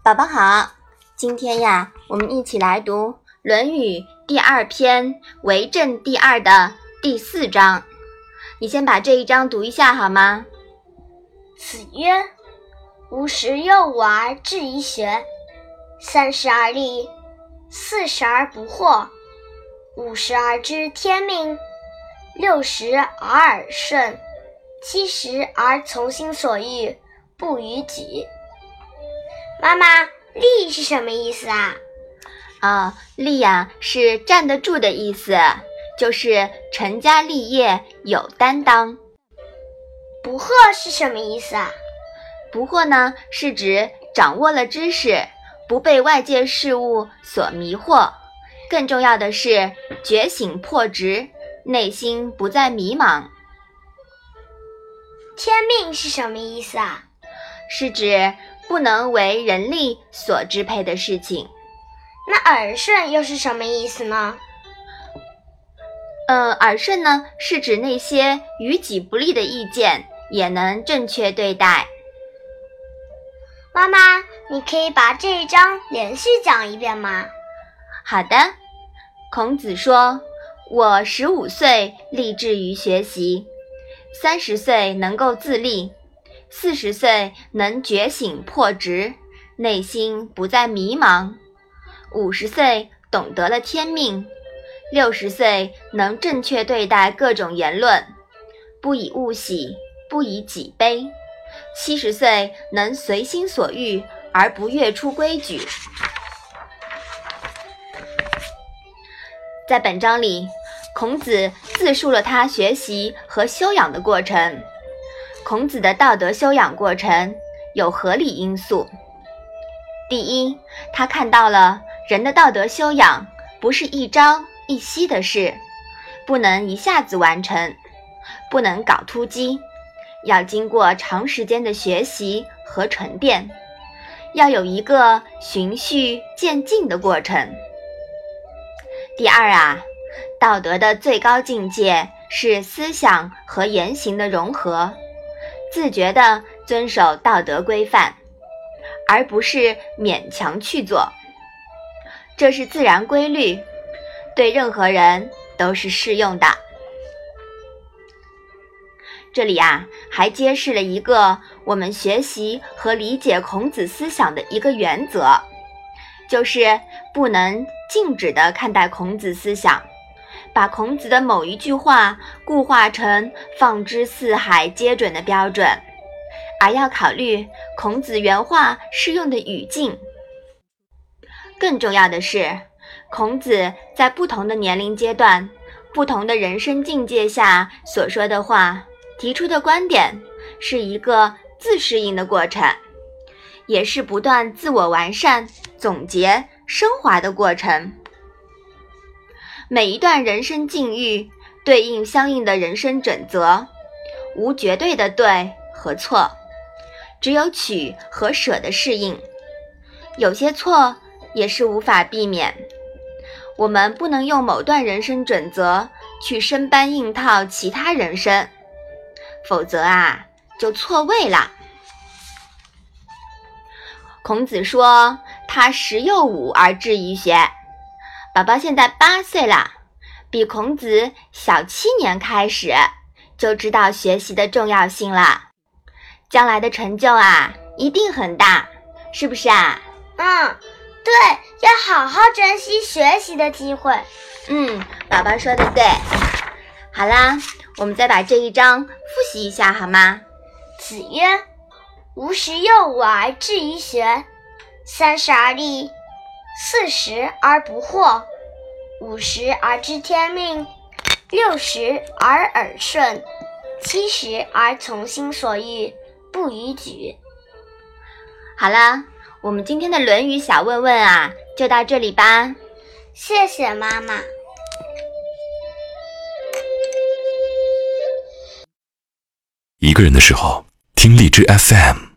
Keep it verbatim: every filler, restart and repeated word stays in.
宝宝好，今天呀，我们一起来读《论语》第二篇为政第二的第四章。你先把这一章读一下好吗？ 子曰：吾十有五而志于学，三十而立，四十而不惑，五十而知天命，六十而耳顺，七十而从心所欲，不逾矩。妈妈，立是什么意思啊？ 啊，立呀是站得住的意思，就是成家立业有担当。 不惑是什么意思啊？ 不惑呢，是指掌握了知识，不被外界事物所迷惑，更重要的是觉醒破执，内心不再迷茫。 天命是什么意思啊？ 是指不能为人力所支配的事情。 那耳顺又是什么意思呢？ 呃，耳顺呢，是指那些于己不利的意见也能正确对待。 妈妈，你可以把这一章连续讲一遍吗？ 好的。孔子说，我十五岁立志于学习，三十岁能够自立，四十岁能觉醒破执，内心不再迷茫，五十岁懂得了天命，六十岁能正确对待各种言论，不以物喜，不以己悲，七十岁能随心所欲而不越出规矩。在本章里，孔子自述了他学习和修养的过程。孔子的道德修养过程有合理因素。第一，他看到了人的道德修养不是一朝一夕的事，不能一下子完成，不能搞突击，要经过长时间的学习和沉淀，要有一个循序渐进的过程。第二啊，道德的最高境界是思想和言行的融合，自觉地遵守道德规范，而不是勉强去做。这是自然规律，对任何人都是适用的。这里啊，还揭示了一个我们学习和理解孔子思想的一个原则，就是不能静止地看待孔子思想，把孔子的某一句话固化成放之四海皆准的标准，而要考虑孔子原话适用的语境。更重要的是，孔子在不同的年龄阶段、不同的人生境界下所说的话、提出的观点，是一个自适应的过程，也是不断自我完善、总结、升华的过程。每一段人生境遇对应相应的人生准则，无绝对的对和错，只有取和舍的适应。有些错也是无法避免，我们不能用某段人生准则去生搬硬套其他人生，否则啊，就错位了。孔子说，他十有五而志于学。宝宝现在八岁了，比孔子小七年开始，就知道学习的重要性了。将来的成就啊，一定很大，是不是啊？ 嗯，对，要好好珍惜学习的机会。 嗯，宝宝说的对。好啦，我们再把这一章复习一下好吗？ 子曰：吾十有五而志于学，三十而立，四十而不惑，五十而知天命，六十而耳顺，七十而从心所欲，不逾矩。 好啦，我们今天的论语小问问啊，就到这里吧。 谢谢妈妈。 一个人的时候，听荔枝 F M。